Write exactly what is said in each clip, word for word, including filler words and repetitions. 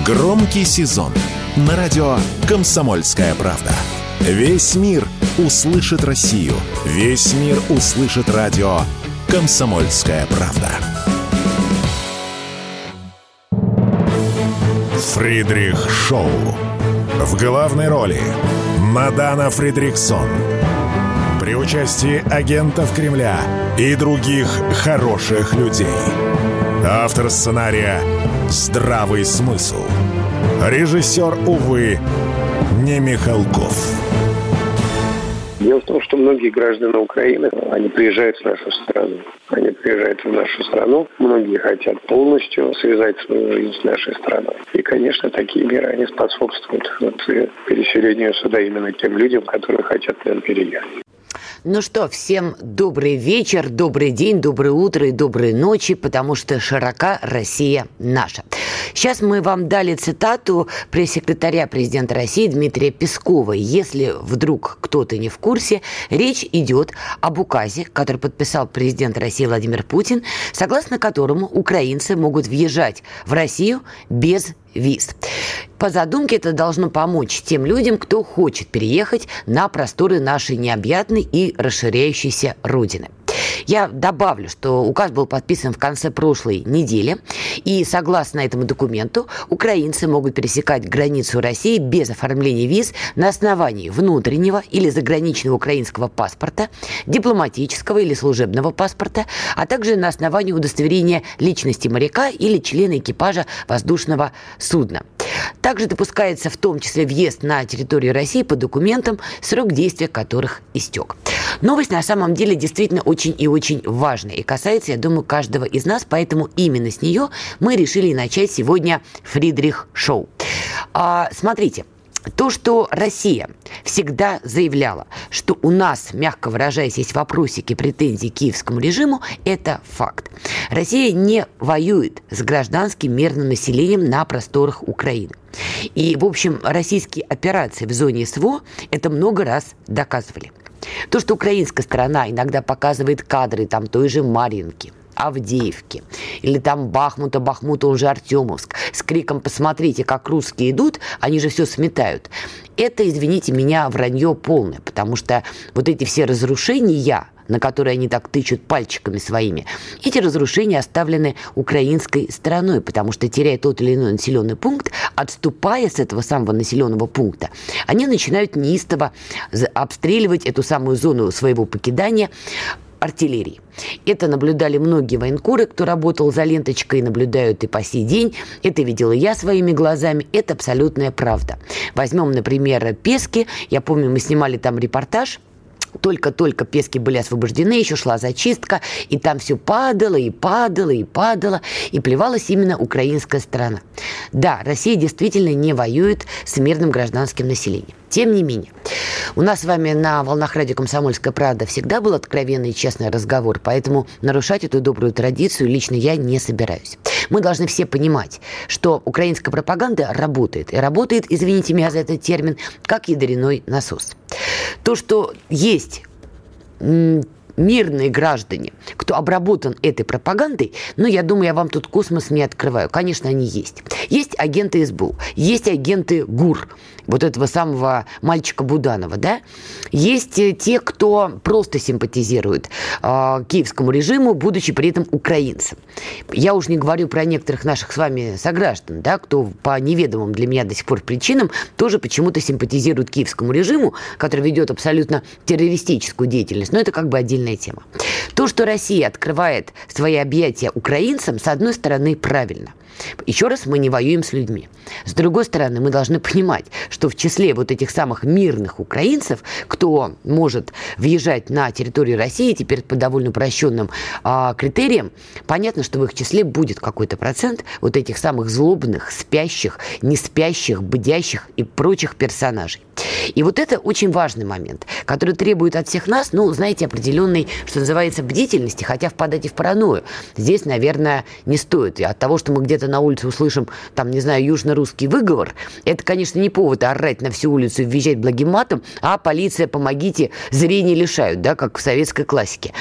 Громкий сезон на радио «Комсомольская правда». Весь мир услышит Россию. Весь мир услышит радио «Комсомольская правда». Фридрих Шоу. В главной роли Мадана Фридриксон. При участии агентов Кремля и других хороших людей. Автор сценария «Здравый смысл». Режиссер, увы, не Михалков. Дело в том, что многие граждане Украины, они приезжают в нашу страну. Они приезжают в нашу страну, многие хотят полностью связать свою жизнь с нашей страной. И, конечно, такие меры, они способствуют вот переселению сюда именно тем людям, которые хотят к нам переехать. Ну что, всем добрый вечер, добрый день, доброе утро и доброй ночи, потому что широка Россия наша. Сейчас мы вам дали цитату пресс-секретаря президента России Дмитрия Пескова. Если вдруг кто-то не в курсе, речь идет об указе, который подписал президент России Владимир Путин, согласно которому украинцы могут въезжать в Россию без виз. По задумке это должно помочь тем людям, кто хочет переехать на просторы нашей необъятной и расширяющейся Родины. Я добавлю, что указ был подписан в конце прошлой недели, и согласно этому документу украинцы могут пересекать границу России без оформления виз на основании внутреннего или заграничного украинского паспорта, дипломатического или служебного паспорта, а также на основании удостоверения личности моряка или члена экипажа воздушного судна. Также допускается в том числе въезд на территорию России по документам, срок действия которых истек. Новость на самом деле действительно очень и очень важная и касается, я думаю, каждого из нас, поэтому именно с нее мы решили начать сегодня Фридрих Шоу. А, смотрите. То, что Россия всегда заявляла, что у нас, мягко выражаясь, есть вопросики, претензии к киевскому режиму, это факт. Россия не воюет с гражданским мирным населением на просторах Украины. И, в общем, российские операции в зоне СВО это много раз доказывали. То, что украинская сторона иногда показывает кадры там той же Марьинки, Авдеевки, или там Бахмута, Бахмута, он же Артемовск, с криком «посмотрите, как русские идут», они же все сметают. Это, извините меня, вранье полное, потому что вот эти все разрушения, на которые они так тычут пальчиками своими, эти разрушения оставлены украинской стороной, потому что, теряя тот или иной населенный пункт, отступая с этого самого населенного пункта, они начинают неистово обстреливать эту самую зону своего покидания артиллерии. Это наблюдали многие военкоры, кто работал за ленточкой, наблюдают и по сей день. Это видела я своими глазами. Это абсолютная правда. Возьмем, например, Пески. Я помню, мы снимали там репортаж. Только-только Пески были освобождены, еще шла зачистка, и там все падало, и падало, и падало, и плевалась именно украинская сторона. Да, Россия действительно не воюет с мирным гражданским населением. Тем не менее, у нас с вами на волнах радио «Комсомольская правда» всегда был откровенный и честный разговор, поэтому нарушать эту добрую традицию лично я не собираюсь. Мы должны все понимать, что украинская пропаганда работает. И работает, извините меня за этот термин, как ядерной насос. То, что есть мирные граждане, кто обработан этой пропагандой, ну, я думаю, я вам тут космос не открываю. Конечно, они есть. Есть агенты СБУ, есть агенты ГУР, вот этого самого мальчика Буданова, да? Есть те, кто просто симпатизирует э, киевскому режиму, будучи при этом украинцем. Я уж не говорю про некоторых наших с вами сограждан, да, кто по неведомым для меня до сих пор причинам тоже почему-то симпатизирует киевскому режиму, который ведет абсолютно террористическую деятельность. Но это как бы отдельная тема. То, что Россия открывает свои объятия украинцам, с одной стороны, правильно. Еще раз, мы не воюем с людьми. С другой стороны, мы должны понимать, что в числе вот этих самых мирных украинцев, кто может въезжать на территорию России теперь по довольно упрощенным а, критериям, понятно, что в их числе будет какой-то процент вот этих самых злобных, спящих, не спящих, бдящих и прочих персонажей. И вот это очень важный момент, который требует от всех нас, ну, знаете, определенной, что называется, бдительности, хотя впадать и в паранойю здесь, наверное, не стоит. И от того, что мы где-то на улице услышим, там, не знаю, южно-русский выговор, это, конечно, не повод орать на всю улицу и визжать благим матом, а полиция, помогите, зрение лишают, да, как в советской классике.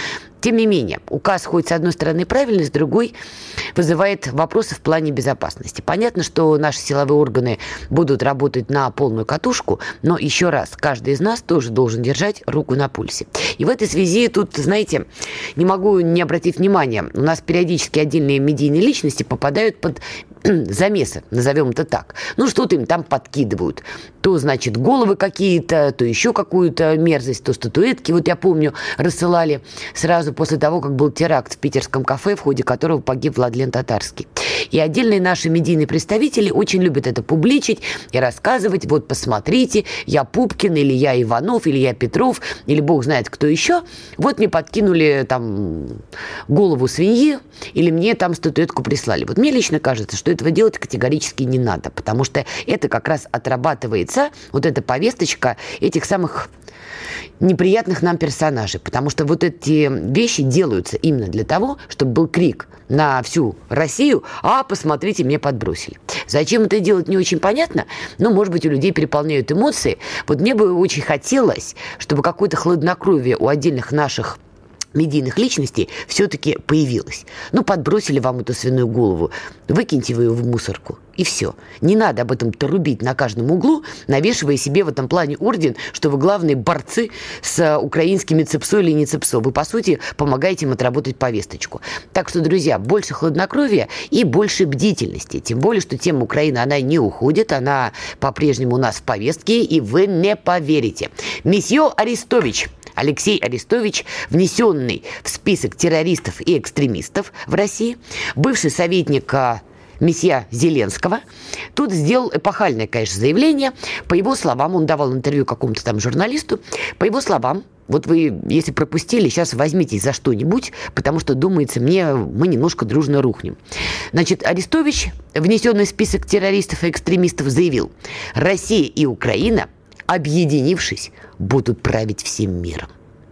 Тем не менее, указ хоть с одной стороны правильный, с другой вызывает вопросы в плане безопасности. Понятно, что наши силовые органы будут работать на полную катушку, но еще раз, каждый из нас тоже должен держать руку на пульсе. И в этой связи тут, знаете, не могу не обратить внимания, у нас периодически отдельные медийные личности попадают под замесы, назовем это так. Ну, что-то им там подкидывают. То, значит, головы какие-то, то еще какую-то мерзость, то статуэтки. Вот я помню, рассылали сразу после того, как был теракт в питерском кафе, в ходе которого погиб Владлен Татарский. И отдельные наши медийные представители очень любят это публичить и рассказывать: вот посмотрите, я Пупкин, или я Иванов, или я Петров, или бог знает кто еще. Вот мне подкинули там голову свиньи, или мне там статуэтку прислали. Вот мне лично кажется, что этого делать категорически не надо, потому что это как раз отрабатывается, вот эта повесточка этих самых неприятных нам персонажей, потому что вот эти вещи делаются именно для того, чтобы был крик на всю Россию: а, посмотрите, мне подбросили. Зачем это делать, не очень понятно, но, может быть, у людей переполняют эмоции. Вот мне бы очень хотелось, чтобы какое-то хладнокровие у отдельных наших медийных личностей все-таки появилось. Ну, подбросили вам эту свиную голову, выкиньте вы ее в мусорку, и все. Не надо об этом трубить на каждом углу, навешивая себе в этом плане орден, что вы главные борцы с украинскими ЦЕПСО или не ЦЕПСО. Вы, по сути, помогаете им отработать повесточку. Так что, друзья, больше хладнокровия и больше бдительности. Тем более, что тема Украины, она не уходит, она по-прежнему у нас в повестке, и вы не поверите. Месье Арестович, Алексей Арестович, внесенный в список террористов и экстремистов в России, бывший советник месье Зеленского, тут сделал эпохальное, конечно, заявление. По его словам, он давал интервью какому-то там журналисту, по его словам, вот вы, если пропустили, сейчас возьмитесь за что-нибудь, потому что, думается мне, мы немножко дружно рухнем. Значит, Арестович, внесенный в список террористов и экстремистов, заявил: Россия и Украина, объединившись, будут править всем миром.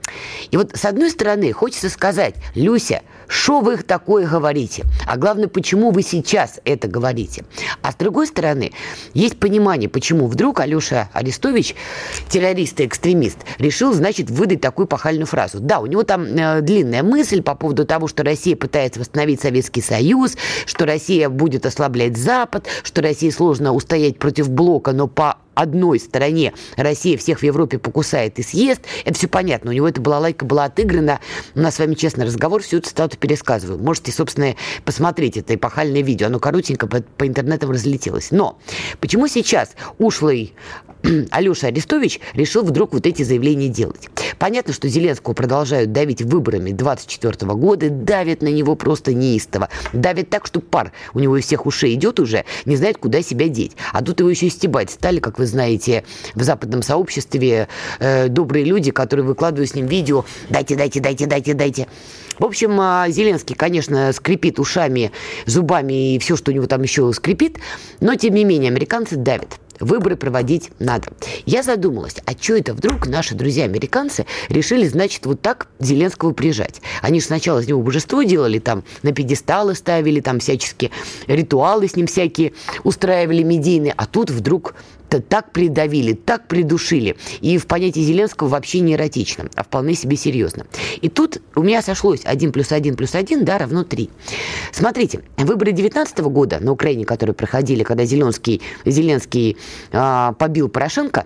И вот, с одной стороны, хочется сказать: Люся, что вы их такое говорите? А главное, почему вы сейчас это говорите? А с другой стороны, есть понимание, почему вдруг Алеша Арестович, террорист и экстремист, решил, значит, выдать такую пахальную фразу. Да, у него там э, длинная мысль по поводу того, что Россия пытается восстановить Советский Союз, что Россия будет ослаблять Запад, что России сложно устоять против блока, но по одной стороне Россия всех в Европе покусает и съест. Это все понятно. У него эта балалайка была отыграна. У нас с вами честный разговор, всю эту цитату пересказываю. Можете, собственно, посмотреть это эпохальное видео. Оно коротенько по, по интернетам разлетелось. Но почему сейчас ушлый Алеша Арестович решил вдруг вот эти заявления делать? Понятно, что Зеленского продолжают давить выборами двадцать четвёртого года, давят на него просто неистово. Давят так, что пар у него из всех ушей идет уже, не знает, куда себя деть. А тут его еще и стебать стали, как вы знаете, в западном сообществе э, добрые люди, которые выкладывают с ним видео: дайте, дайте, дайте, дайте, дайте. В общем, Зеленский, конечно, скрипит ушами, зубами и все, что у него там еще скрипит, но, тем не менее, американцы давят. Выборы проводить надо. Я задумалась, а что это вдруг наши друзья-американцы решили, значит, вот так Зеленского прижать? Они же сначала из него божество делали, там, на пьедесталы ставили, там, всяческие ритуалы с ним всякие устраивали медийные, а тут вдруг так придавили, так придушили. И в понятии Зеленского вообще не эротично, а вполне себе серьезно. И тут у меня сошлось один плюс один плюс один, да, равно три. Смотрите, выборы девятнадцатого года на Украине, которые проходили, когда Зеленский, Зеленский а, побил Порошенко,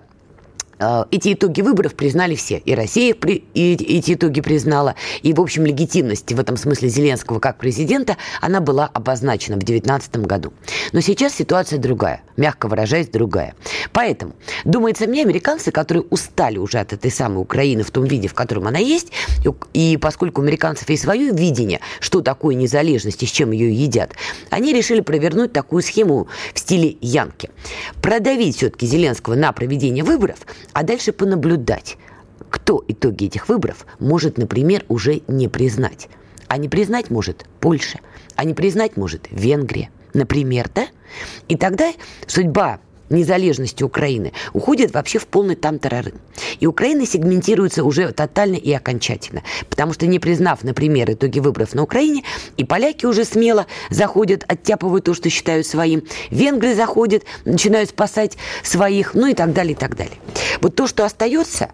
эти итоги выборов признали все. И Россия при, и, эти итоги признала. И, в общем, легитимность в этом смысле Зеленского как президента, она была обозначена в две тысячи девятнадцатом году. Но сейчас ситуация другая, мягко выражаясь, другая. Поэтому, думается мне, американцы, которые устали уже от этой самой Украины в том виде, в котором она есть, и поскольку у американцев есть свое видение, что такое незалежность и с чем ее едят, они решили провернуть такую схему в стиле Янки. Продавить все-таки Зеленского на проведение выборов, а дальше понаблюдать, кто итоги этих выборов может, например, уже не признать. А не признать может Польша, а не признать может Венгрия, например, да? И тогда судьба незалежности Украины уходит вообще в полный там-тарарым. И Украина сегментируется уже тотально и окончательно. Потому что, не признав, например, итоги выборов на Украине, и поляки уже смело заходят, оттяпывают то, что считают своим, венгры заходят, начинают спасать своих, ну и так далее, и так далее. Вот то, что остается,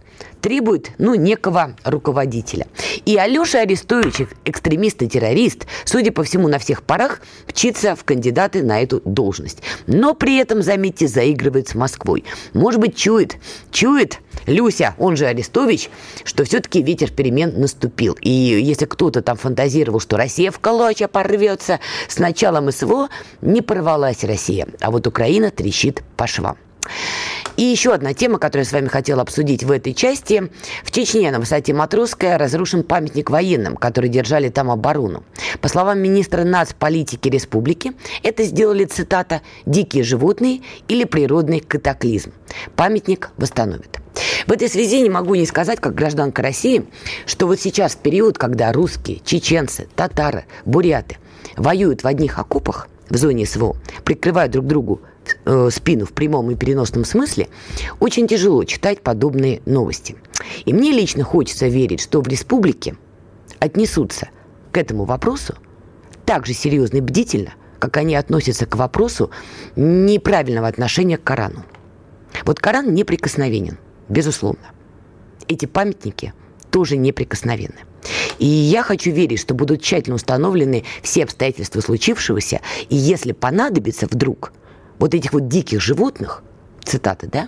требует, ну, некого руководителя. И Алеша Арестович, экстремист и террорист, судя по всему, на всех парах мчится в кандидаты на эту должность. Но при этом, заметьте, заигрывает с Москвой. Может быть, чует, чует Люся, он же Арестович, что все-таки ветер перемен наступил. И если кто-то там фантазировал, что Россия в клочья порвется, с началом СВО не порвалась Россия, а вот Украина трещит по швам. И еще одна тема, которую я с вами хотела обсудить в этой части. В Чечне на высоте Матросская разрушен памятник военным, которые держали там оборону. По словам министра нацполитики республики, это сделали, цитата, «дикие животные или природный катаклизм». Памятник восстановят. В этой связи не могу не сказать, как гражданка России, что вот сейчас, в период, когда русские, чеченцы, татары, буряты воюют в одних окопах в зоне СВО, прикрывая друг другу э, спину в прямом и переносном смысле, очень тяжело читать подобные новости. И мне лично хочется верить, что в республике отнесутся к этому вопросу так же серьезно и бдительно, как они относятся к вопросу неправильного отношения к Корану. Вот Коран неприкосновенен, безусловно. Эти памятники тоже неприкосновенны. И я хочу верить, что будут тщательно установлены все обстоятельства случившегося, и если понадобится вдруг вот этих вот диких животных, цитата, да,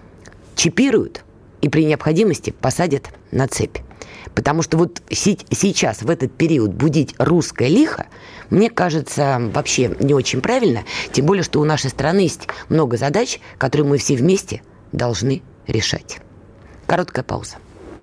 чипируют и при необходимости посадят на цепь. Потому что вот сейчас, в этот период, будить русское лихо, мне кажется, вообще не очень правильно, тем более, что у нашей страны есть много задач, которые мы все вместе должны решать. Короткая пауза.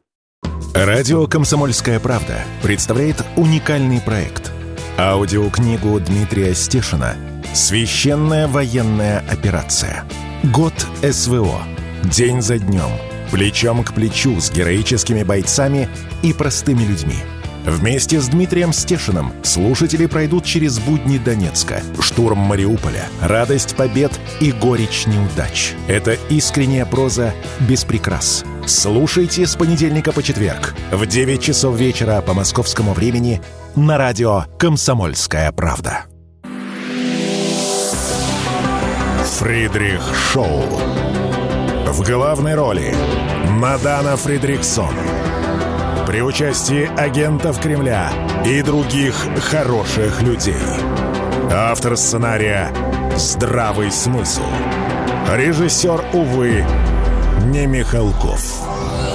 Радио «Комсомольская правда» представляет уникальный проект. Аудиокнигу Дмитрия Стешина «Священная военная операция. Год СВО. День за днем. Плечом к плечу с героическими бойцами и простыми людьми». Вместе с Дмитрием Стешиным слушатели пройдут через будни Донецка, штурм Мариуполя, радость побед и горечь неудач. Это искренняя проза без прикрас. Слушайте с понедельника по четверг в девять часов вечера по московскому времени на радио «Комсомольская правда». Фридрих Шоу. В главной роли Мадана Фридриксон. При участии агентов Кремля и других хороших людей. Автор сценария «Здравый смысл». Режиссер, увы, не Михалков.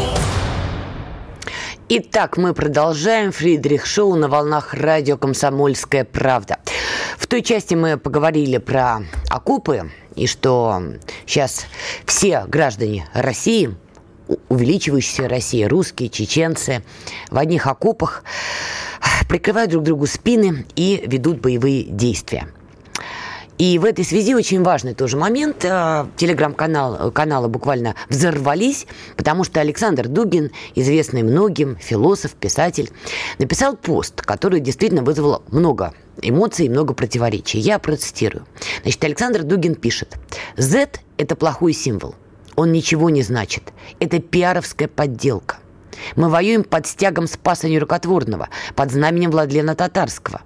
Итак, мы продолжаем Фридрих Шоу на волнах радио «Комсомольская правда». В той части мы поговорили про окопы и что сейчас все граждане России, увеличивающаяся Россия, русские, чеченцы, в одних окопах прикрывают друг другу спины и ведут боевые действия. И в этой связи очень важный тоже момент. Телеграм-канал, каналы буквально взорвались, потому что Александр Дугин, известный многим, философ, писатель, написал пост, который действительно вызвал много эмоций и много противоречий. Я процитирую. Значит, Александр Дугин пишет: «Z – это плохой символ. Он ничего не значит. Это пиаровская подделка. Мы воюем под стягом Спаса Нерукотворного, под знаменем Владлена Татарского.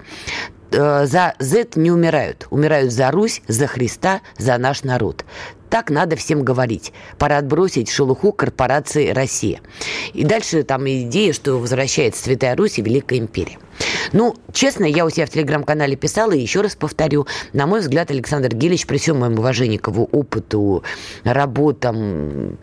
За Z не умирают. Умирают за Русь, за Христа, за наш народ. Так надо всем говорить. Пора отбросить шелуху корпорации «Россия». И дальше там идея, что возвращается Святая Русь и Великая империя. Ну, честно, я у себя в телеграм-канале писала, и еще раз повторю, на мой взгляд, Александр Гелич, при всем моем уважении к его опыту, работам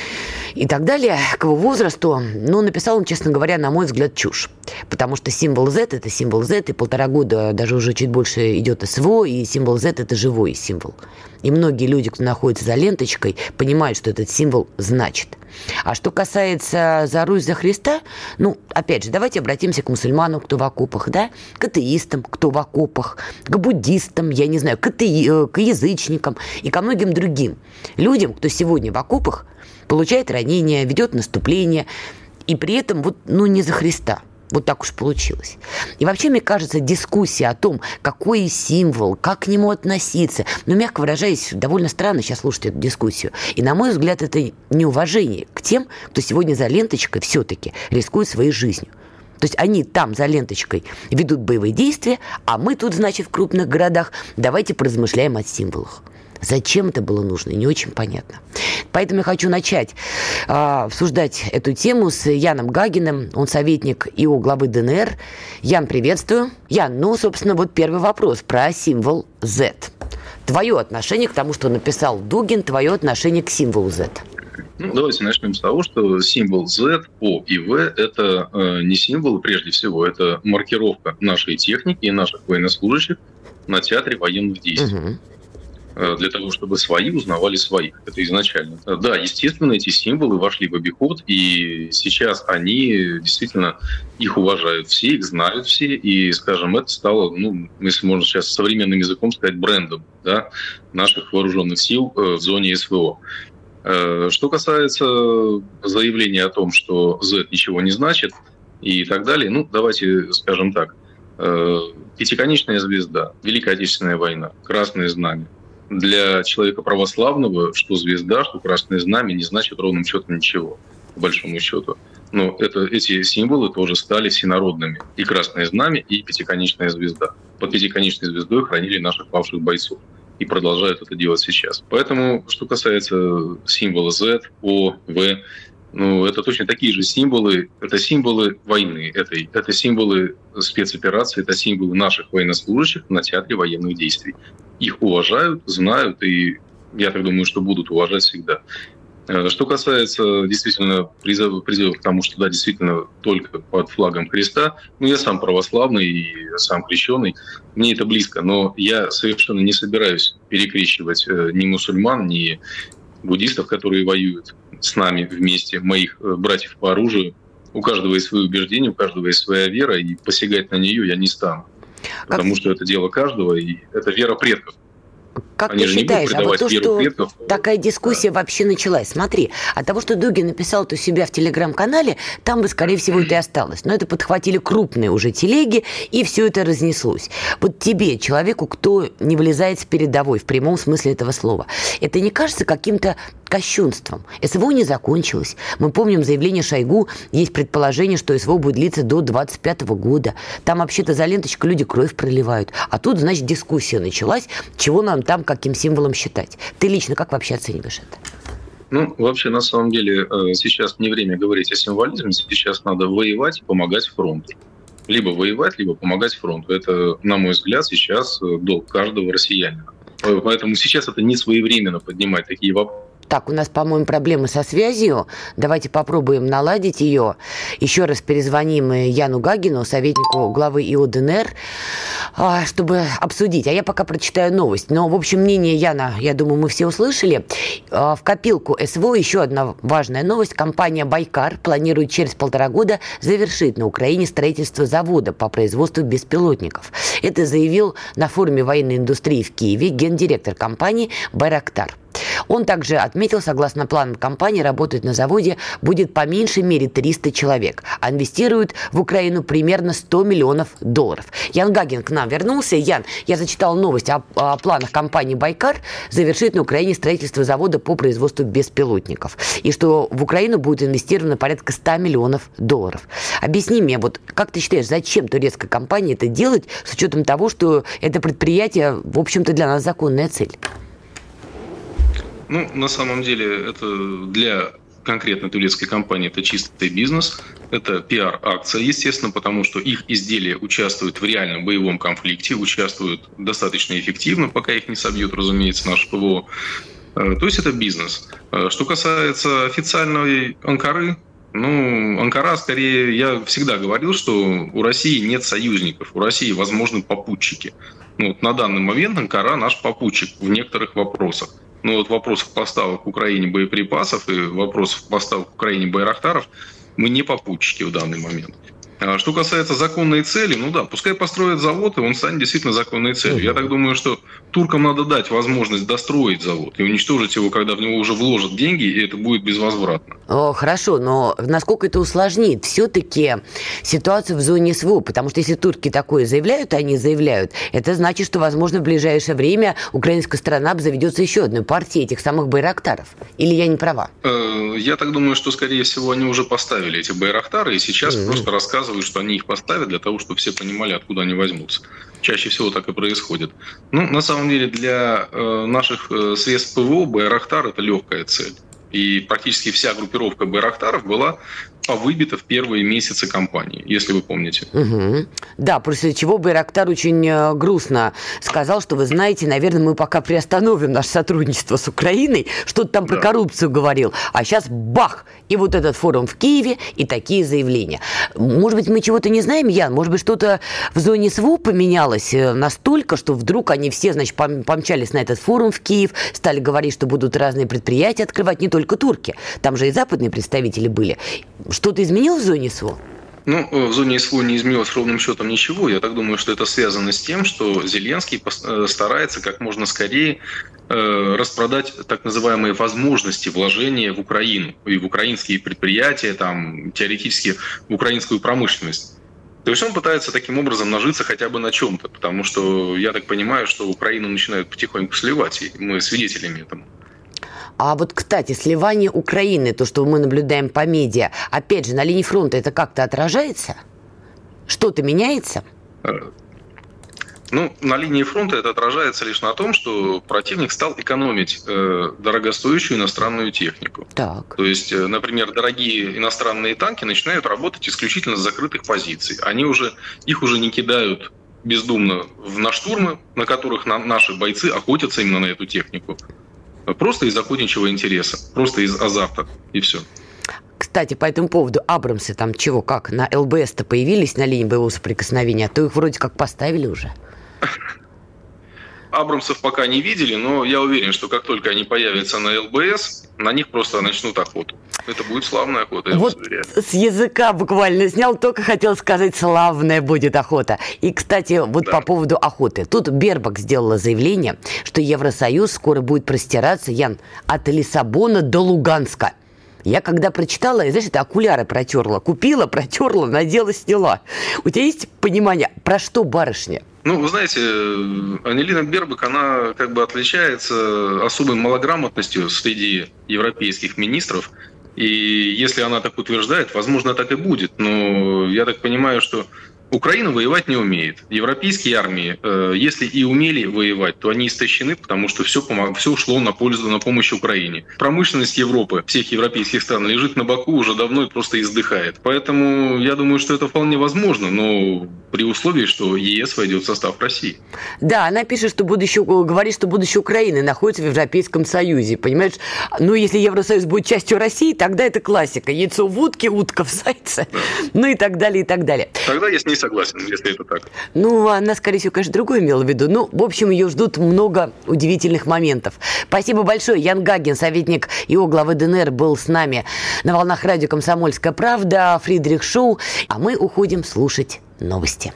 и так далее, к его возрасту, ну, написал он, честно говоря, на мой взгляд, чушь. Потому что символ Z – это символ Z, и полтора года, даже уже чуть больше идет СВО, и символ Z – это живой символ. И многие люди, кто находится за ленточкой, понимают, что этот символ значит. А что касается «За Русь, за Христа», ну, опять же, давайте обратимся к мусульманам, кто в окопах, да, к атеистам, кто в окопах, к буддистам, я не знаю, к, ате... к язычникам и ко многим другим людям, кто сегодня в окопах, получает ранения, ведет наступление, и при этом вот, ну, не за Христа. Вот так уж получилось. И вообще, мне кажется, дискуссия о том, какой символ, как к нему относиться, ну, мягко выражаясь, довольно странно сейчас слушать эту дискуссию. И, на мой взгляд, это неуважение к тем, кто сегодня за ленточкой все-таки рискует своей жизнью. То есть они там за ленточкой ведут боевые действия, а мы тут, значит, в крупных городах давайте поразмышляем о символах. Зачем это было нужно, не очень понятно. Поэтому я хочу начать а, обсуждать эту тему с Яном Гагиным. Он советник ИО главы ДНР. Ян, приветствую. Ян, ну, собственно, вот первый вопрос про символ Z. Твое отношение к тому, что написал Дугин, твое отношение к символу Z. Ну, давайте начнем с того, что символ Z, O и V – это э, не символы, прежде всего, это маркировка нашей техники и наших военнослужащих на театре военных действий. Угу. Э, для того, чтобы свои узнавали своих. Это изначально. Да, естественно, эти символы вошли в обиход, и сейчас они действительно, их уважают все, их знают все, и, скажем, это стало, ну, если можно сейчас современным языком сказать, брендом, да, наших вооруженных сил э, в зоне СВО. Что касается заявления о том, что Z ничего не значит и так далее, ну, давайте скажем так. Пятиконечная звезда, Великая Отечественная война, Красное Знамя. Для человека православного, что звезда, что Красное Знамя, не значит ровным счетом ничего, по большому счету. Но это, эти символы тоже стали всенародными. И Красное Знамя, и Пятиконечная звезда. Под Пятиконечной звездой хранили наших павших бойцов. И продолжают это делать сейчас. Поэтому, что касается символа Z, O, V, ну, это точно такие же символы. Это символы войны, это, это символы спецоперации, это символы наших военнослужащих на театре военных действий. Их уважают, знают, и я так думаю, что будут уважать всегда. Что касается действительно призыва, призыва к тому, что да, действительно только под флагом Христа, ну, я сам православный и сам крещеный, мне это близко, но я совершенно не собираюсь перекрещивать ни мусульман, ни буддистов, которые воюют с нами вместе, моих братьев по оружию. У каждого есть свои убеждения, у каждого есть своя вера, и посягать на нее я не стану. Как... Потому что это дело каждого, и это вера предков. Как Они ты считаешь, а вот то, что предков, такая дискуссия да. вообще началась, смотри, от того, что Дугин написал это у себя в Телеграм-канале, там бы, скорее всего, это и осталось. Но это подхватили крупные уже телеги, и все это разнеслось. Вот тебе, человеку, кто не вылезает с передовой, в прямом смысле этого слова, это не кажется каким-то кощунством? СВО не закончилось. Мы помним заявление Шойгу, есть предположение, что СВО будет длиться до двадцать пятого года. Там вообще-то за ленточку люди кровь проливают. А тут, значит, дискуссия началась, чего нам там каким символом считать. Ты лично как вообще оцениваешь это? Ну, вообще, на самом деле, сейчас не время говорить о символизме. Сейчас надо воевать и помогать фронту. Либо воевать, либо помогать фронту. Это, на мой взгляд, сейчас долг каждого россиянина. Поэтому сейчас это не своевременно поднимать такие вопросы. Так, у нас, по-моему, проблемы со связью. Давайте попробуем наладить ее. Еще раз перезвоним Яну Гагину, советнику главы ИО ДНР, чтобы обсудить. А я пока прочитаю новость. Но, в общем, мнение Яна, я думаю, мы все услышали. В копилку СВО еще одна важная новость. Компания «Байкар» планирует через полтора года завершить на Украине строительство завода по производству беспилотников. Это заявил на форуме военной индустрии в Киеве гендиректор компании Байрактар. Он также отметил, согласно планам компании, работать на заводе будет по меньшей мере триста человек, а инвестируют в Украину примерно сто миллионов долларов. Ян Гагин к нам вернулся. Ян, я зачитал новость о, о планах компании «Байкар» завершить на Украине строительство завода по производству беспилотников, и что в Украину будет инвестировано порядка ста миллионов долларов. Объясни мне, вот как ты считаешь, зачем турецкая компания это делает, с учетом того, что это предприятие, в общем-то, для нас законная цель? Ну, на самом деле, это для конкретно турецкой компании это чистый бизнес, это пиар-акция, естественно, потому что их изделия участвуют в реальном боевом конфликте, участвуют достаточно эффективно, пока их не собьет, разумеется, наш ПВО. То есть это бизнес. Что касается официальной Анкары, ну, Анкара, скорее, я всегда говорил, что у России нет союзников, у России возможны попутчики. Ну, вот на данный момент Анкара наш попутчик в некоторых вопросах. Но вот в вопросах поставок к Украине боеприпасов и в вопросах поставок к Украине байрактаров мы не попутчики в данный момент. Что касается законной цели, ну да, пускай построят завод, и он станет действительно законной целью. Я так думаю, что туркам надо дать возможность достроить завод и уничтожить его, когда в него уже вложат деньги, и это будет безвозвратно. О, хорошо, но насколько это усложнит все-таки ситуацию в зоне СВО? Потому что если турки такое заявляют, они заявляют, это значит, что, возможно, в ближайшее время украинская сторона обзаведется еще одной партией этих самых байрактаров. Или я не права? Я так думаю, что, скорее всего, они уже поставили эти байрактары, и сейчас mm-hmm. просто рассказывают показывают, что они их поставят для того, чтобы все понимали, откуда они возьмутся. Чаще всего так и происходит. Ну, на самом деле, для э, наших э, средств ПВО Байрактар – это легкая цель. И практически вся группировка Байрактаров была повыбита в первые месяцы кампании, если вы помните. Угу. Да, после чего Байрактар очень э, грустно сказал, что, вы знаете, наверное, мы пока приостановим наше сотрудничество с Украиной, что-то там да. про коррупцию говорил, а сейчас бах, и вот этот форум в Киеве, и такие заявления. Может быть, мы чего-то не знаем, Ян? Может быть, что-то в зоне СВО поменялось настолько, что вдруг они все, значит, помчались на этот форум в Киев, стали говорить, что будут разные предприятия открывать, не только турки, там же и западные представители были. Что-то изменилось в зоне СВО? Ну, в зоне СВО не изменилось ровным счетом ничего. Я так думаю, что это связано с тем, что Зеленский старается как можно скорее распродать так называемые возможности вложения в Украину и в украинские предприятия, там, теоретически в украинскую промышленность. То есть он пытается таким образом нажиться хотя бы на чем-то, потому что я так понимаю, что Украину начинают потихоньку сливать, и мы свидетелями этому. А вот, кстати, сливание Украины, то, что мы наблюдаем по медиа, опять же, на линии фронта это как-то отражается? Что-то меняется? Ну, на линии фронта это отражается лишь на том, что противник стал экономить э, дорогостоящую иностранную технику. Так. То есть, э, например, дорогие иностранные танки начинают работать исключительно с закрытых позиций. Они уже, их уже не кидают бездумно на штурмы, на которых на, наши бойцы охотятся именно на эту технику. Просто из охотничьего интереса, просто из азарта, и все. Кстати, по этому поводу Абрамсы там чего, как, на ЛБС-то появились на линии боевого соприкосновения, а то их вроде как поставили уже. Абрамсов пока не видели, но я уверен, что как только они появятся на ЛБС, на них просто начнут охоту. Это будет славная охота, я вот вас уверяю. С языка буквально снял, только хотел сказать, славная будет охота. И, кстати, вот да. по поводу охоты. Тут Бербак сделала заявление, что Евросоюз скоро будет простираться, Ян, от Лиссабона до Луганска. Я когда прочитала, знаешь, это окуляры протерла. Купила, протерла, надела, сняла. У тебя есть понимание, про что барышня? Ну, вы знаете, Аннелина Бербак, она как бы отличается особой малограмотностью среди европейских министров. И если она так утверждает, возможно, так и будет. Но я так понимаю, что Украина воевать не умеет. Европейские армии, э, если и умели воевать, то они истощены, потому что все, помог, все ушло на пользу, на помощь Украине. Промышленность Европы, всех европейских стран, лежит на боку уже давно и просто издыхает. Поэтому я думаю, что это вполне возможно, но при условии, что ЕС войдет в состав России. Да, она пишет, что будущее, говорит, что будущее Украины находится в Европейском Союзе, понимаешь? Ну, если Евросоюз будет частью России, тогда это классика. Яйцо в утке, утка в зайце, да. ну и так далее, и так далее. Тогда я с ней согласен, если это так. Ну, она, скорее всего, конечно, другое имела в виду. Ну, в общем, ее ждут много удивительных моментов. Спасибо большое. Ян Гагин, советник ИО главы ДНР, был с нами на волнах радио «Комсомольская правда», Фридрих Шоу. А мы уходим слушать новости.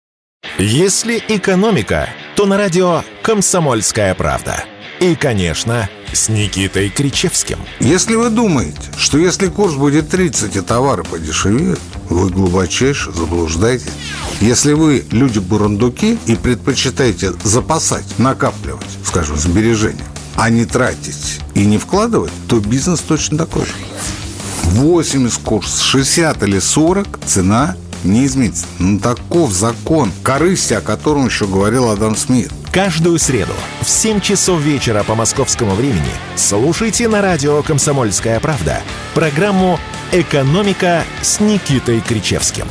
Если экономика, то на радио «Комсомольская правда». И, конечно, с Никитой Кричевским. Если вы думаете, что если курс будет тридцать, и товары подешевеют, вы глубочайше заблуждаетесь. Если вы люди-бурундуки и предпочитаете запасать, накапливать, скажем, сбережения, а не тратить и не вкладывать, то бизнес точно такой же. восемьдесят курс, шестьдесят или сорок, цена не изменится. Ну, таков закон корысти, о котором еще говорил Адам Смит. Каждую среду в семь часов вечера по московскому времени слушайте на радио «Комсомольская правда» программу «Экономика» с Никитой Кричевским.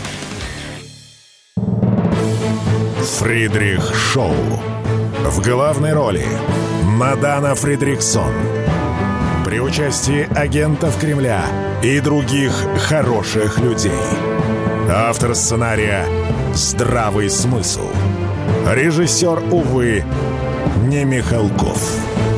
Фридрих Шоу. В главной роли Мадана Фридрихсон. При участии агентов Кремля и других хороших людей. Автор сценария «Здравый смысл». Режиссер, увы, не Михалков.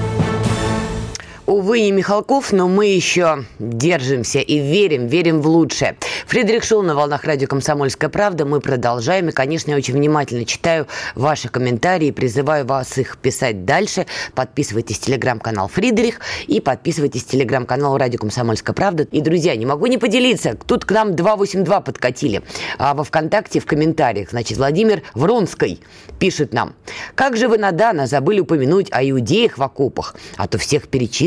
Увы, не Михалков, но мы еще держимся и верим, верим в лучшее. Фридрих Шоу на волнах радио «Комсомольская правда». Мы продолжаем. И, конечно, я очень внимательно читаю ваши комментарии. Призываю вас их писать дальше. Подписывайтесь в телеграм-канал Фридрих и подписывайтесь в телеграм-канал радио «Комсомольская правда». И, друзья, не могу не поделиться. Тут к нам два восемь два подкатили. А во ВКонтакте в комментариях, значит, Владимир Вронский пишет нам. Как же вы, Надана, забыли упомянуть о иудеях в окопах? А то всех перечислили.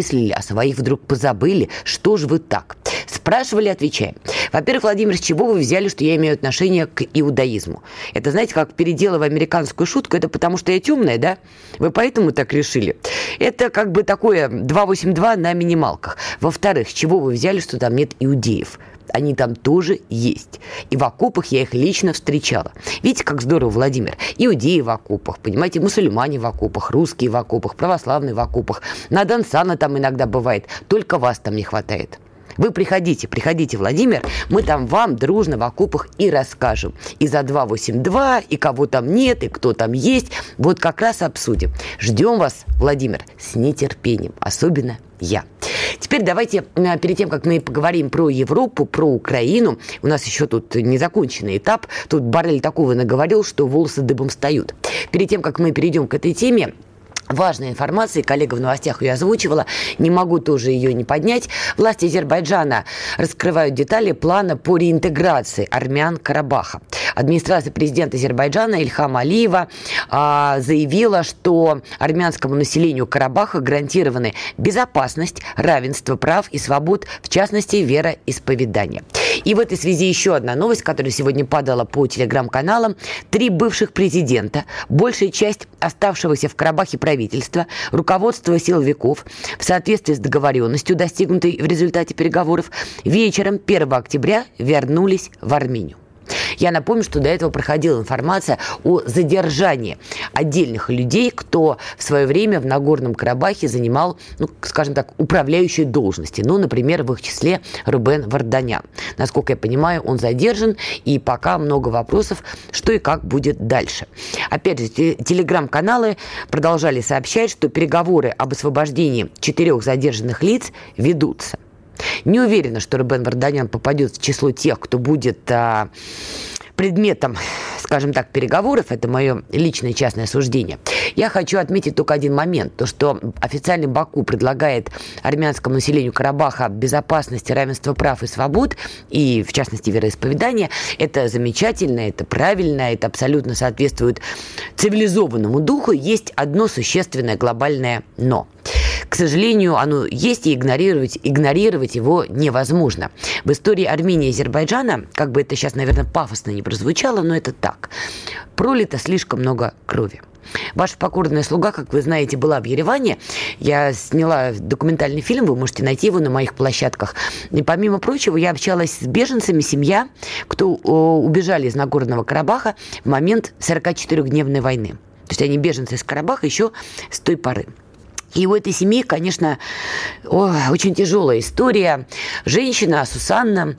переосмыслили, а своих вдруг позабыли. Что ж вы так? Спрашивали, отвечаем. Во-первых, Владимир, с чего вы взяли, что я имею отношение к иудаизму? Это, знаете, как переделывая американскую шутку, это потому что я темная, да? Вы поэтому так решили? Это как бы такое два восемь два на минималках. Во-вторых, с чего вы взяли, что там нет иудеев? Они там тоже есть. И в окопах я их лично встречала. Видите, как здорово, Владимир? Иудеи в окопах, понимаете, мусульмане в окопах, русские в окопах, православные в окопах. На Донсана там иногда бывает. Только вас там не хватает. Вы приходите, приходите, Владимир, мы там вам дружно в окопах и расскажем. И за два восемь два, и кого там нет, и кто там есть. Вот как раз обсудим. Ждем вас, Владимир, с нетерпением. Особенно я. Теперь давайте, перед тем, как мы поговорим про Европу, про Украину, у нас еще тут незаконченный этап. Тут Боррель такого наговорил, что волосы дыбом встают. Перед тем, как мы перейдем к этой теме, важная информация, коллега в новостях ее озвучивала, не могу тоже ее не поднять. Власти Азербайджана раскрывают детали плана по реинтеграции армян Карабаха. Администрация президента Азербайджана Ильхам Алиева а, заявила, что армянскому населению Карабаха гарантированы безопасность, равенство прав и свобод, в частности, вероисповедания. И в этой связи еще одна новость, которая сегодня падала по телеграм-каналам. Три бывших президента, большая часть оставшегося в Карабахе правительства, правительства, руководство силовиков в соответствии с договоренностью, достигнутой в результате переговоров, вечером первого октября вернулись в Армению. Я напомню, что до этого проходила информация о задержании отдельных людей, кто в свое время в Нагорном Карабахе занимал, ну, скажем так, управляющие должности. Ну, например, в их числе Рубен Варданян. Насколько я понимаю, он задержан, и пока много вопросов, что и как будет дальше. Опять же, телеграм-каналы продолжали сообщать, что переговоры об освобождении четырех задержанных лиц ведутся. Не уверена, что Рубен Варданян попадет в число тех, кто будет а, предметом, скажем так, переговоров. Это мое личное частное суждение. Я хочу отметить только один момент. То, что официальный Баку предлагает армянскому населению Карабаха безопасность, равенство прав и свобод, и, в частности, вероисповедания, это замечательно, это правильно, это абсолютно соответствует цивилизованному духу. Есть одно существенное глобальное «но». К сожалению, оно есть, и игнорировать, игнорировать его невозможно. В истории Армении и Азербайджана, как бы это сейчас, наверное, пафосно не прозвучало, но это так, пролито слишком много крови. Ваша покорная слуга, как вы знаете, была в Ереване. Я сняла документальный фильм, вы можете найти его на моих площадках. И, помимо прочего, я общалась с беженцами, семья, кто убежали из Нагорного Карабаха в момент сорокачетырёхдневной войны. То есть они беженцы из Карабаха еще с той поры. И у этой семьи, конечно, о, очень тяжелая история. Женщина Сусанна,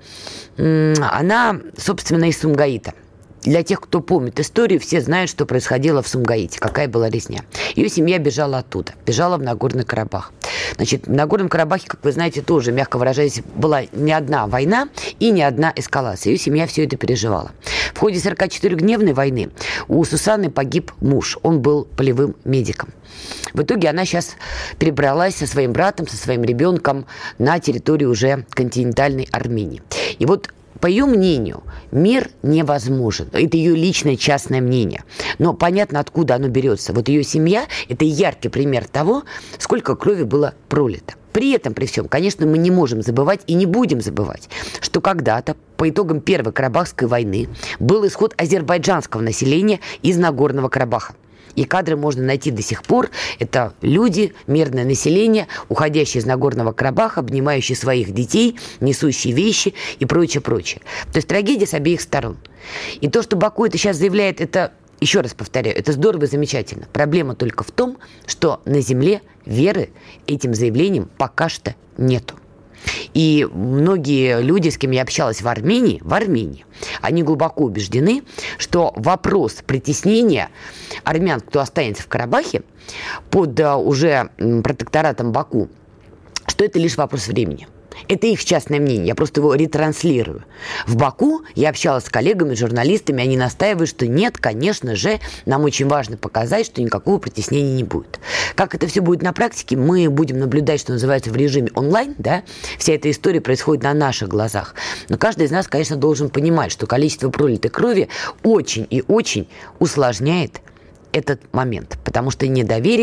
она, собственно, из Сумгаита. Для тех, кто помнит историю, все знают, что происходило в Сумгаите, какая была резня. Ее семья бежала оттуда, бежала в Нагорный Карабах. Значит, в Нагорном Карабахе, как вы знаете, тоже, мягко выражаясь, была не одна война и не одна эскалация. Ее семья все это переживала. В ходе сорокачетырёхдневной войны у Сусанны погиб муж. Он был полевым медиком. В итоге она сейчас перебралась со своим братом, со своим ребенком на территорию уже континентальной Армении. И вот, по ее мнению, мир невозможен. Это ее личное частное мнение. Но понятно, откуда оно берется. Вот ее семья – это яркий пример того, сколько крови было пролито. При этом, при всем, конечно, мы не можем забывать и не будем забывать, что когда-то по итогам Первой Карабахской войны был исход азербайджанского населения из Нагорного Карабаха. И кадры можно найти до сих пор. Это люди, мирное население, уходящие из Нагорного Карабаха, обнимающие своих детей, несущие вещи и прочее, прочее. То есть трагедия с обеих сторон. И то, что Баку это сейчас заявляет, это, еще раз повторяю, это здорово и замечательно. Проблема только в том, что на земле веры этим заявлением пока что нету. И многие люди, с кем я общалась в Армении, в Армении, они глубоко убеждены, что вопрос притеснения армян, кто останется в Карабахе, под уже протекторатом Баку, что это лишь вопрос времени. Это их частное мнение, я просто его ретранслирую. В Баку я общалась с коллегами, журналистами, они настаивают, что нет, конечно же, нам очень важно показать, что никакого притеснения не будет. Как это все будет на практике, мы будем наблюдать, что называется, в режиме онлайн, да, вся эта история происходит на наших глазах. Но каждый из нас, конечно, должен понимать, что количество пролитой крови очень и очень усложняет этот момент, потому что недоверие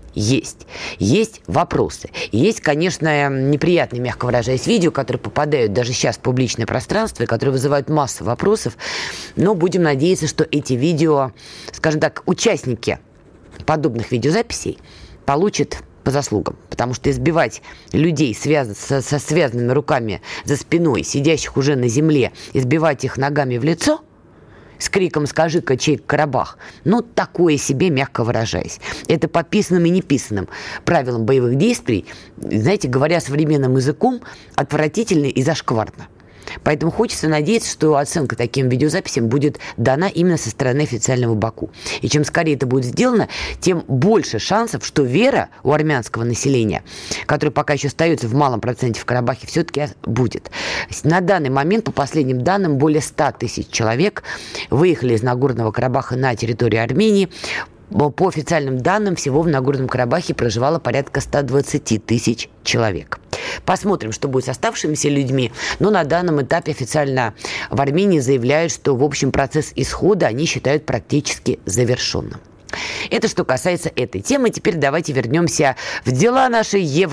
есть. Есть вопросы. Есть, конечно, неприятные, мягко выражаясь, видео, которые попадают даже сейчас в публичное пространство и которые вызывают массу вопросов. Но будем надеяться, что эти видео, скажем так, участники подобных видеозаписей получат по заслугам. Потому что избивать людей связ... со, со связанными руками за спиной, сидящих уже на земле, избивать их ногами в лицо с криком «Скажи-ка, чей Карабах!», ну, такое себе, мягко выражаясь. Это по писанным и неписанным правилам боевых действий, знаете, говоря современным языком, отвратительно и зашкварно. Поэтому хочется надеяться, что оценка таким видеозаписям будет дана именно со стороны официального Баку. И чем скорее это будет сделано, тем больше шансов, что вера у армянского населения, которое пока еще остается в малом проценте в Карабахе, все-таки будет. На данный момент, по последним данным, более ста тысяч человек выехали из Нагорного Карабаха на территорию Армении. По официальным данным, всего в Нагорном Карабахе проживало порядка ста двадцати тысяч человек. Посмотрим, что будет с оставшимися людьми. Но на данном этапе официально в Армении заявляют, что, в общем, процесс исхода они считают практически завершенным. Это что касается этой темы. Теперь давайте вернемся в дела наши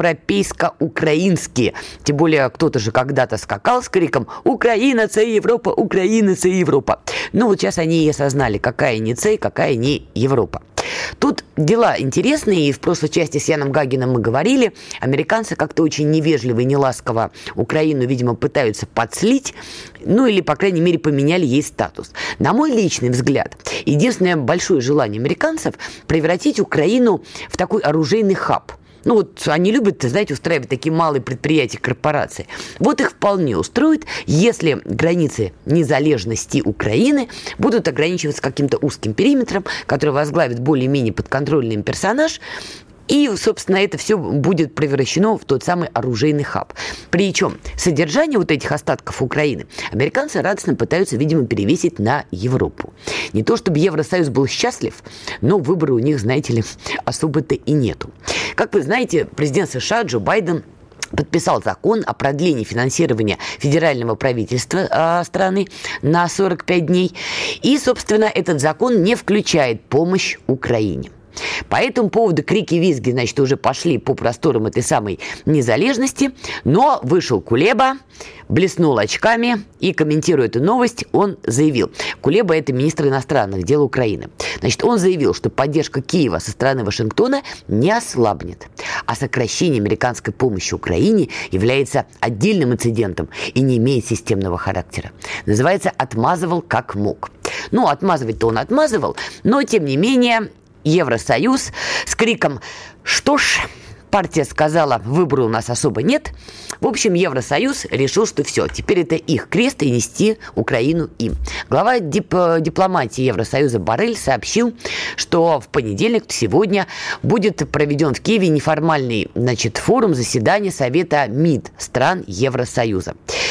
европейско-украинские. Тем более, кто-то же когда-то скакал с криком «Украина, це Европа! Украина, це Европа!». Ну вот сейчас они и осознали, какая не це, какая не Европа. Тут дела интересные, и в прошлой части с Яном Гагиным мы говорили, американцы как-то очень невежливо и неласково Украину, видимо, пытаются подслить, ну или, по крайней мере, поменяли ей статус. На мой личный взгляд, единственное большое желание американцев превратить Украину в такой оружейный хаб. Ну вот они любят, знаете, устраивать такие малые предприятия, корпорации. Вот их вполне устроит, если границы незалежности Украины будут ограничиваться каким-то узким периметром, который возглавит более-менее подконтрольный им персонаж. И, собственно, это все будет превращено в тот самый оружейный хаб. Причем содержание вот этих остатков Украины американцы радостно пытаются, видимо, перевесить на Европу. Не то чтобы Евросоюз был счастлив, но выбора у них, знаете ли, особо-то и нету. Как вы знаете, президент США Джо Байден подписал закон о продлении финансирования федерального правительства э, страны на сорок пять дней. И, собственно, этот закон не включает помощь Украине. По этому поводу крики-визги, значит, уже пошли по просторам этой самой незалежности, но вышел Кулеба, блеснул очками и, комментируя эту новость, он заявил. Кулеба – это министр иностранных дел Украины. Значит, он заявил, что поддержка Киева со стороны Вашингтона не ослабнет, а сокращение американской помощи Украине является отдельным инцидентом и не имеет системного характера. Называется «отмазывал как мог». Ну, отмазывать-то он отмазывал, но, тем не менее, Евросоюз с криком «Что ж, партия сказала, выбора у нас особо нет». В общем, Евросоюз решил, что все, теперь это их крест и нести Украину им. Глава дип- дипломатии Евросоюза Боррель сообщил, что в понедельник, сегодня, будет проведен в Киеве неформальный, значит, форум заседания Совета МИД стран Евросоюза.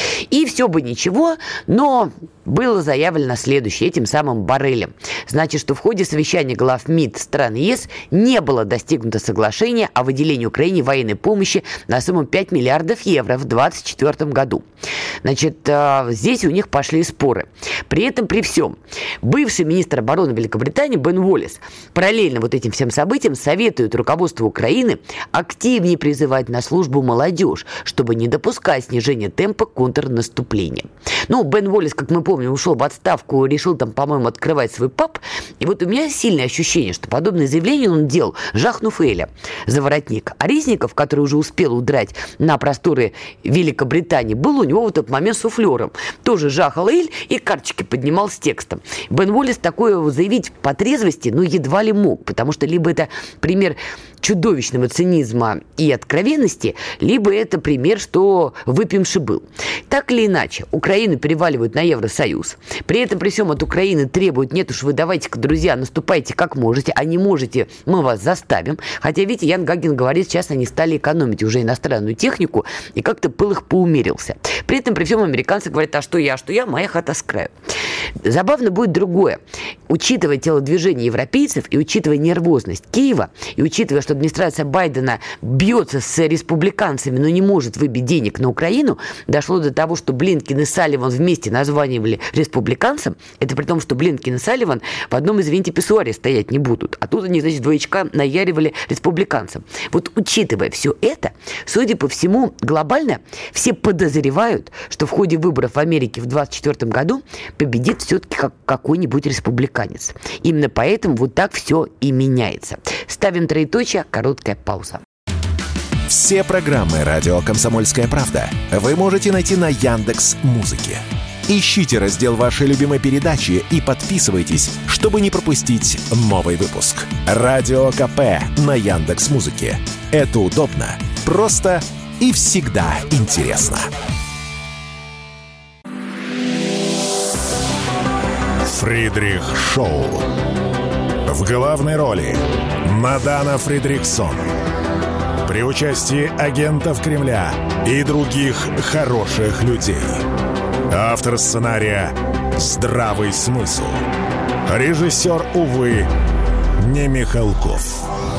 И все бы ничего, но было заявлено следующее этим самым Боррелем. Значит, что в ходе совещания глав МИД стран ЕС не было достигнуто соглашения о выделении Украине военной помощи на сумму пять миллиардов евро в две тысячи двадцать четвёртом году. Значит, здесь у них пошли споры. При этом, при всем, бывший министр обороны Великобритании Бен Уоллес параллельно вот этим всем событиям советует руководству Украины активнее призывать на службу молодежь, чтобы не допускать снижения темпа контрнаступления. Ну, Бен Уоллес, как мы помним, ушел в отставку, решил там, по-моему, открывать свой паб. И вот у меня сильное ощущение, что подобное заявление он делал, жахнув Эля за воротник. А Резников, который уже успел удрать на просторы Великобритании, был у него в тот момент суфлером. Тоже жахал Эль и карточки поднимал с текстом. Бен Уоллес такое заявить по трезвости, ну, едва ли мог, потому что либо это пример чудовищного цинизма и откровенности, либо это пример, что выпивший был. Так или иначе, Украину переваливают на Евросоюз. При этом, при всем от Украины требуют: нет уж, вы давайте-ка, друзья, наступайте как можете, а не можете, мы вас заставим. Хотя, видите, Ян Гагин говорит, сейчас они стали экономить уже иностранную технику, и как-то пыл их поумерился. При этом, при всем, американцы говорят: а что я, а что я, моя хата с краю. Забавно будет другое. Учитывая телодвижение европейцев и учитывая нервозность Киева, и учитывая, что администрация Байдена бьется с республиканцами, но не может выбить денег на Украину, дошло до того, что Блинкен и Салливан вместе названивали республиканцам. Это при том, что Блинкен и Салливан в одном, извините, писсуаре стоять не будут. А тут они, значит, двоечка наяривали республиканцам. Вот учитывая все это, судя по всему, глобально все подозревают, что в ходе выборов в Америке в двадцать четвёртом году победит все-таки как какой-нибудь республиканец. Именно поэтому вот так все и меняется. Ставим троеточие, короткая пауза. Все программы «Радио Комсомольская правда» вы можете найти на Яндекс.Музыке. Ищите раздел вашей любимой передачи и подписывайтесь, чтобы не пропустить новый выпуск. Радио КП на Яндекс.Музыке. Это удобно, просто и всегда интересно. Фридрих Шоу. В главной роли Мадана Фридрихсон. При участии агентов Кремля и других хороших людей. Автор сценария «Здравый смысл». Режиссер, увы, не Михалков.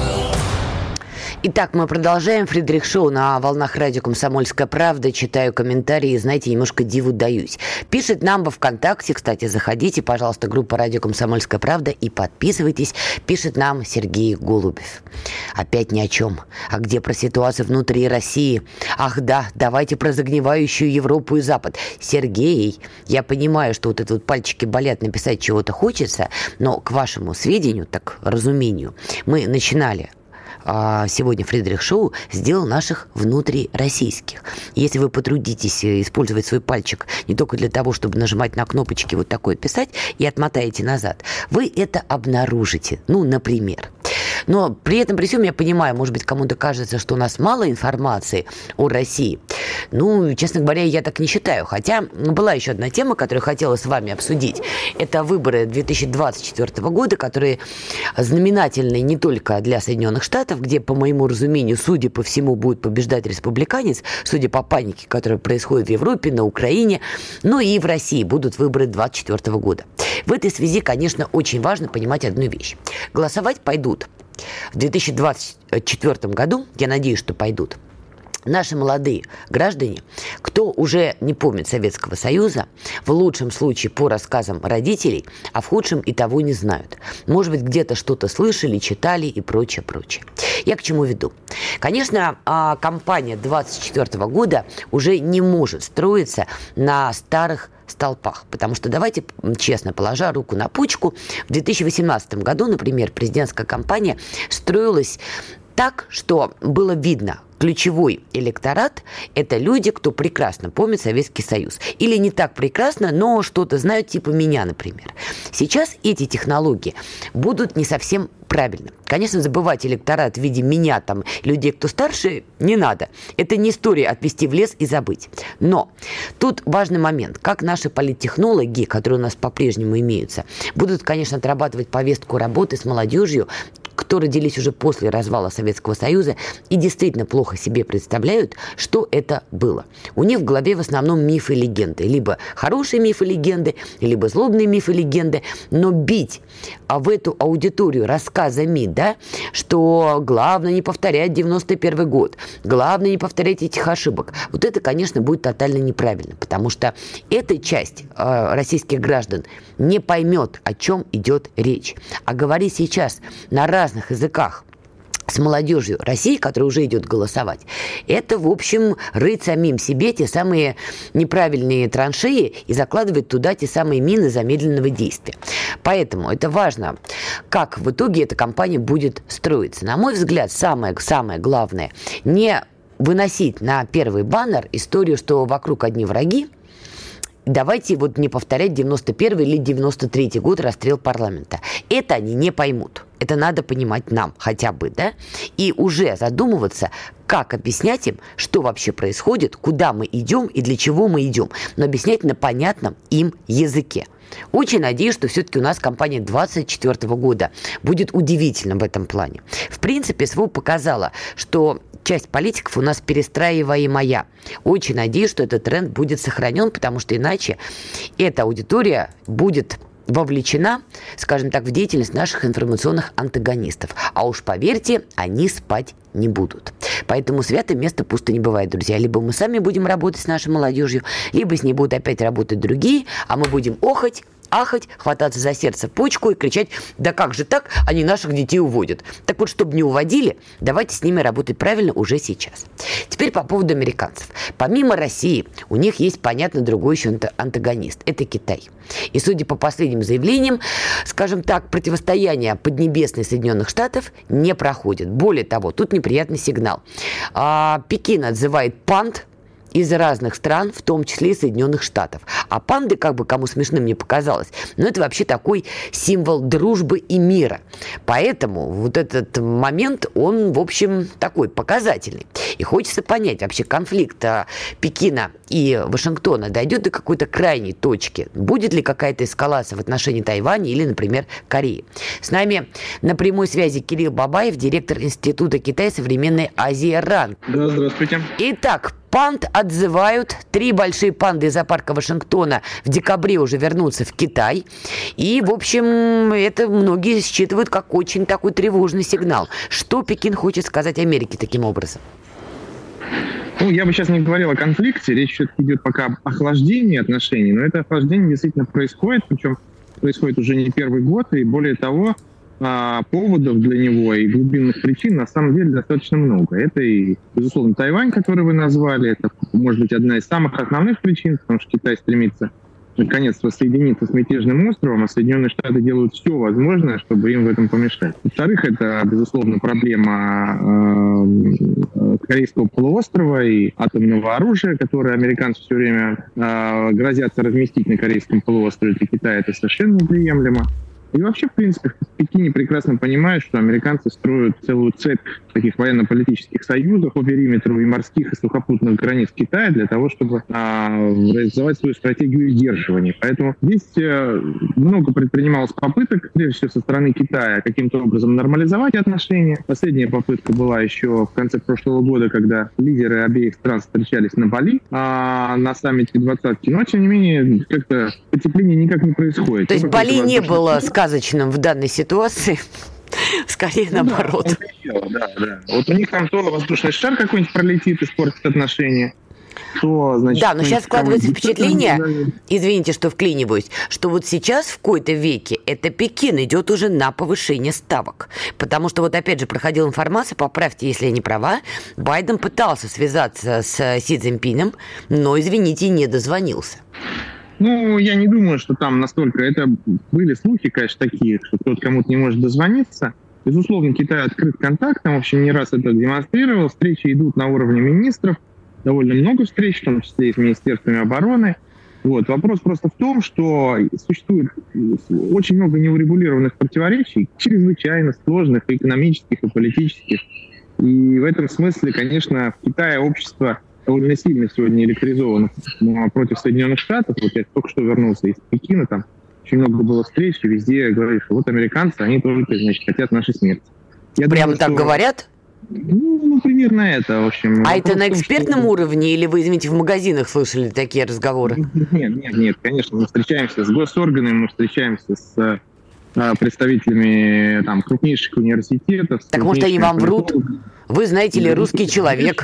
Итак, мы продолжаем. Фридрих Шоу на волнах радио «Комсомольская правда». Читаю комментарии и, знаете, немножко диву даюсь. Пишет нам во ВКонтакте, кстати, заходите, пожалуйста, группа радио «Комсомольская правда» и подписывайтесь. Пишет нам Сергей Голубев. Опять ни о чем. А где про ситуацию внутри России? Ах да, давайте про загнивающую Европу и Запад. Сергей, я понимаю, что вот это вот пальчики болят, написать чего-то хочется, но к вашему сведению, так разумению, мы начинали сегодня Фридрих Шоу сделал наших внутрироссийских. Если вы потрудитесь использовать свой пальчик не только для того, чтобы нажимать на кнопочки вот такое писать и отмотаете назад, вы это обнаружите. Ну, например. Но при этом, при всем, я понимаю, может быть, кому-то кажется, что у нас мало информации о России. Ну, честно говоря, я так не считаю. Хотя была еще одна тема, которую хотела с вами обсудить. Это выборы две тысячи двадцать четвёртого года, которые знаменательны не только для Соединенных Штатов, где, по моему разумению, судя по всему, будет побеждать республиканец, судя по панике, которая происходит в Европе, на Украине, но и в России будут выборы двадцать четвёртого года. В этой связи, конечно, очень важно понимать одну вещь. Голосовать пойдут в две тысячи двадцать четвёртом году, я надеюсь, что пойдут, наши молодые граждане, кто уже не помнит Советского Союза, в лучшем случае по рассказам родителей, а в худшем и того не знают. Может быть, где-то что-то слышали, читали и прочее, прочее. Я к чему веду? Конечно, кампания двадцать четвёртого года уже не может строиться на старых столпах. Потому что, давайте честно, положа руку на почку, в две тысячи восемнадцатом году, например, президентская кампания строилась так, что было видно, ключевой электорат – это люди, кто прекрасно помнит Советский Союз. Или не так прекрасно, но что-то знают, типа меня, например. Сейчас эти технологии будут не совсем правильны. Конечно, забывать электорат в виде меня, там, людей, кто старше, не надо. Это не история отвести в лес и забыть. Но тут важный момент. Как наши политтехнологи, которые у нас по-прежнему имеются, будут, конечно, отрабатывать повестку работы с молодежью, кто родились уже после развала Советского Союза и действительно плохо себе представляют, что это было. У них в голове в основном мифы и легенды. Либо хорошие мифы и легенды, либо злобные мифы и легенды. Но бить в эту аудиторию рассказами, да, что главное не повторять девяносто первый год, главное не повторять этих ошибок, вот это, конечно, будет тотально неправильно. Потому что эта часть э, российских граждан не поймет, о чем идет речь. А говорить сейчас на разных языках с молодежью России, которая уже идет голосовать, это, в общем, рыть самим себе те самые неправильные траншеи и закладывать туда те самые мины замедленного действия. Поэтому это важно, как в итоге эта кампания будет строиться. На мой взгляд, самое, самое главное – не выносить на первый баннер историю, что вокруг одни враги. Давайте вот не повторять девяносто первый или девяносто третий год, расстрел парламента. Это они не поймут. Это надо понимать нам хотя бы, да? И уже задумываться, как объяснять им, что вообще происходит, куда мы идем и для чего мы идем. Но объяснять на понятном им языке. Очень надеюсь, что все-таки у нас кампания двадцать четвёртого года будет удивительна в этом плане. В принципе, СВО показала, что часть политиков у нас перестраиваемая. Очень надеюсь, что этот тренд будет сохранен, потому что иначе эта аудитория будет вовлечена, скажем так, в деятельность наших информационных антагонистов. А уж поверьте, они спать не будут. Поэтому святое место пусто не бывает, друзья. Либо мы сами будем работать с нашей молодежью, либо с ней будут опять работать другие, а мы будем охать, ахать, хвататься за сердце почку и кричать: да как же так, они наших детей уводят. Так вот, чтобы не уводили, давайте с ними работать правильно уже сейчас. Теперь по поводу американцев. Помимо России, у них есть, понятно, другой еще антагонист. Это Китай. И судя по последним заявлениям, скажем так, противостояние Поднебесной Соединенных Штатов не проходит. Более того, тут неприятный сигнал. А, Пекин отзывает панд из разных стран, в том числе и Соединенных Штатов. А панды, как бы кому смешным не показалось, но это вообще такой символ дружбы и мира. Поэтому вот этот момент, он, в общем, такой показательный. И хочется понять, вообще конфликт Пекина и Вашингтона дойдет до какой-то крайней точки. Будет ли какая-то эскалация в отношении Тайваня или, например, Кореи? С нами на прямой связи Кирилл Бабаев, директор Института Китая современной Азии РАН. Да, здравствуйте. Итак, панд отзывают. Три большие панды из зоопарка Вашингтона в декабре уже вернутся в Китай. И, в общем, это многие считывают как очень такой тревожный сигнал. Что Пекин хочет сказать Америке таким образом? Ну, я бы сейчас не говорил о конфликте, речь все-таки идет пока об охлаждении отношений, но это охлаждение действительно происходит, причем происходит уже не первый год, и более того, поводов для него и глубинных причин на самом деле достаточно много. Это и, безусловно, Тайвань, который вы назвали, это, может быть, одна из самых основных причин, потому что Китай стремится наконец воссоединиться с мятежным островом, а Соединенные Штаты делают все возможное, чтобы им в этом помешать. Во-вторых, это, безусловно, проблема э, Корейского полуострова и атомного оружия, которое американцы все время э, грозятся разместить на Корейском полуострове. Для Китая это совершенно неприемлемо. И вообще, в принципе, в Пекине прекрасно понимают, что американцы строят целую цепь таких военно-политических союзов по периметру и морских, и сухопутных границ Китая для того, чтобы а, реализовать свою стратегию сдерживания. Поэтому здесь а, много предпринималось попыток, прежде всего, со стороны Китая каким-то образом нормализовать отношения. Последняя попытка была еще в конце прошлого года, когда лидеры обеих стран встречались на Бали а, на саммите двадцатки. Но, тем не менее, как-то потепление никак не происходит. То есть Бали не было сказочным в данной ситуации? Скорее ну, наоборот. Да, да, да. Вот у них там то воздушный шар какой-нибудь пролетит, испортит отношения. То, значит, да, но сейчас складывается впечатление, извините, что вклиниваюсь, что вот сейчас в кои-то веке это Пекин идет уже на повышение ставок. Потому что вот опять же проходила информация, поправьте, если я не права, Байден пытался связаться с Си Цзиньпином, но, извините, не дозвонился. Ну, я не думаю, что там настолько... Это были слухи, конечно, такие, что кто-то кому-то не может дозвониться. Безусловно, Китай открыт к контактам, в общем, не раз это демонстрировал. Встречи идут на уровне министров, довольно много встреч, в том числе и с министерствами обороны. Вот. Вопрос просто в том, что существует очень много неурегулированных противоречий, чрезвычайно сложных и экономических, и политических. И в этом смысле, конечно, в Китае общество довольно сильно сегодня электризовано против Соединенных Штатов. Вот я только что вернулся из Пекина, там очень много было встреч, и везде говорили, что вот американцы, они тоже, значит, хотят нашей смерти. Я Прямо думаю, так что... говорят? Ну, ну, примерно это, в общем. А это на том, экспертном что... уровне, или вы, извините, в магазинах слышали такие разговоры? Нет, нет, нет, конечно, мы встречаемся с госорганами, мы встречаемся с а, представителями там, крупнейших университетов. Так может, они вам врут? Вы, знаете ли, русский человек.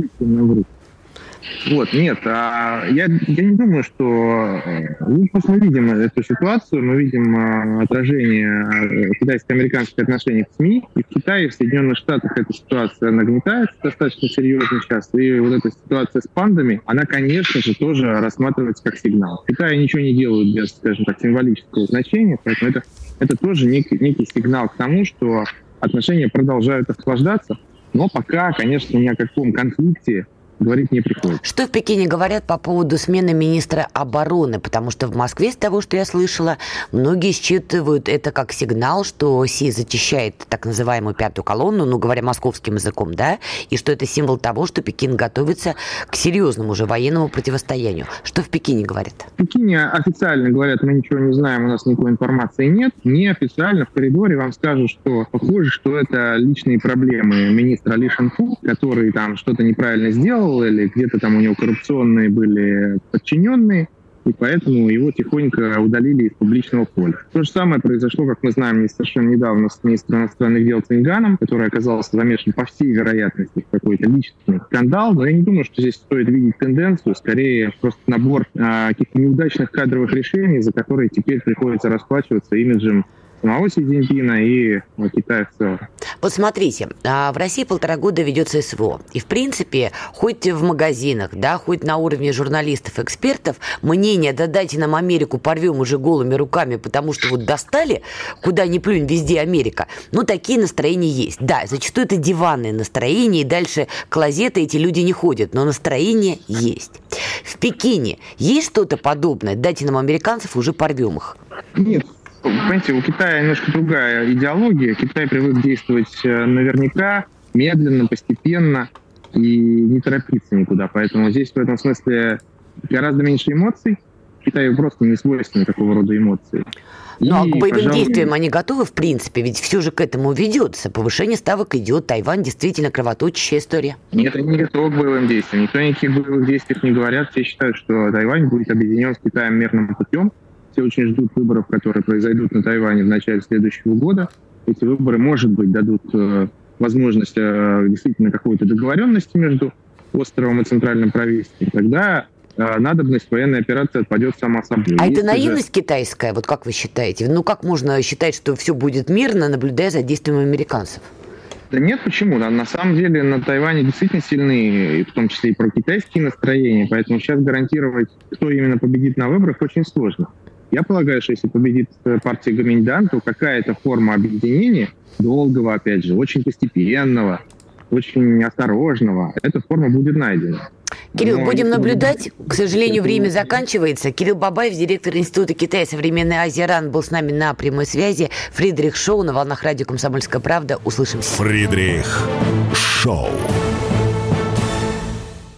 Вот, нет, а я, я не думаю, что... Ну, просто мы видим эту ситуацию, мы видим а, отражение китайско-американских отношений в СМИ, и в Китае, и в Соединенных Штатах эта ситуация нагнетается достаточно серьезно сейчас, и вот эта ситуация с пандами, она, конечно же, тоже рассматривается как сигнал. В Китае ничего не делают без, скажем так, символического значения, поэтому это, это тоже некий, некий сигнал к тому, что отношения продолжают охлаждаться, но пока, конечно, ни о каком конфликте говорить не приходится. Что в Пекине говорят по поводу смены министра обороны? Потому что в Москве, с того, что я слышала, многие считывают это как сигнал, что Си зачищает так называемую пятую колонну, ну, говоря московским языком, да, и что это символ того, что Пекин готовится к серьезному уже военному противостоянию. Что в Пекине говорят? В Пекине официально говорят, мы ничего не знаем, у нас никакой информации нет. Неофициально в коридоре вам скажут, что похоже, что это личные проблемы министра Ли Шанфу, который там что-то неправильно сделал, или где-то там у него коррупционные были подчиненные. и поэтому его тихонько удалили из публичного поля. То же самое произошло, как мы знаем, совершенно недавно с министром иностранных дел Цинганом, который оказался замешан по всей вероятности в какой-то личный скандал, но я не думаю, что здесь стоит видеть тенденцию, скорее просто набор а, каких-то неудачных кадровых решений, за которые теперь приходится расплачиваться имиджем самого Си Цзиньпина и Китая в целом. Вот смотрите, в России полтора года ведется СВО. И, в принципе, хоть в магазинах, да, хоть на уровне журналистов, экспертов, мнение «да дайте нам Америку, порвем уже голыми руками, потому что вот достали, куда ни плюнь, везде Америка», ну, такие настроения есть. Да, зачастую это диванные настроения, и дальше клозеты эти люди не ходят, но настроение есть. В Пекине есть что-то подобное? Дайте нам американцев, уже порвем их. Нет. Понимаете, у Китая немножко другая идеология. Китай привык действовать наверняка, медленно, постепенно и не торопиться никуда. Поэтому здесь в этом смысле гораздо меньше эмоций. Китаю просто не свойственны такого рода эмоции. Ну, а к боевым пожалуй... действиям они готовы, в принципе? Ведь все же к этому ведется. Повышение ставок идет. Тайвань действительно кровоточащая история. Нет, они не готовы к боевым действиям. Никто о никаких боевых действиях не говорят. Все считают, что Тайвань будет объединен с Китаем мирным путем. Все очень ждут выборов, которые произойдут на Тайване в начале следующего года. Эти выборы, может быть, дадут э, возможность э, действительно какой-то договоренности между островом и центральным правительством. Тогда э, надобность военной операции отпадет сама собой. А Если это наивность же... китайская, вот как вы считаете? Ну, как можно считать, что все будет мирно, наблюдая за действиями американцев? Да нет, почему? На самом деле на Тайване действительно сильны, в том числе и прокитайские настроения, поэтому сейчас гарантировать, кто именно победит на выборах, очень сложно. Я полагаю, что если победит партия Гоминьдан, то какая-то форма объединения, долгого, опять же, очень постепенного, очень осторожного, эта форма будет найдена. Кирилл, Но будем если... наблюдать. К сожалению, время заканчивается. Кирилл Бабаев, директор Института Китая и современной Азии РАН, был с нами на прямой связи. Фридрих Шоу на волнах радио «Комсомольская правда». Услышимся. Фридрих Шоу.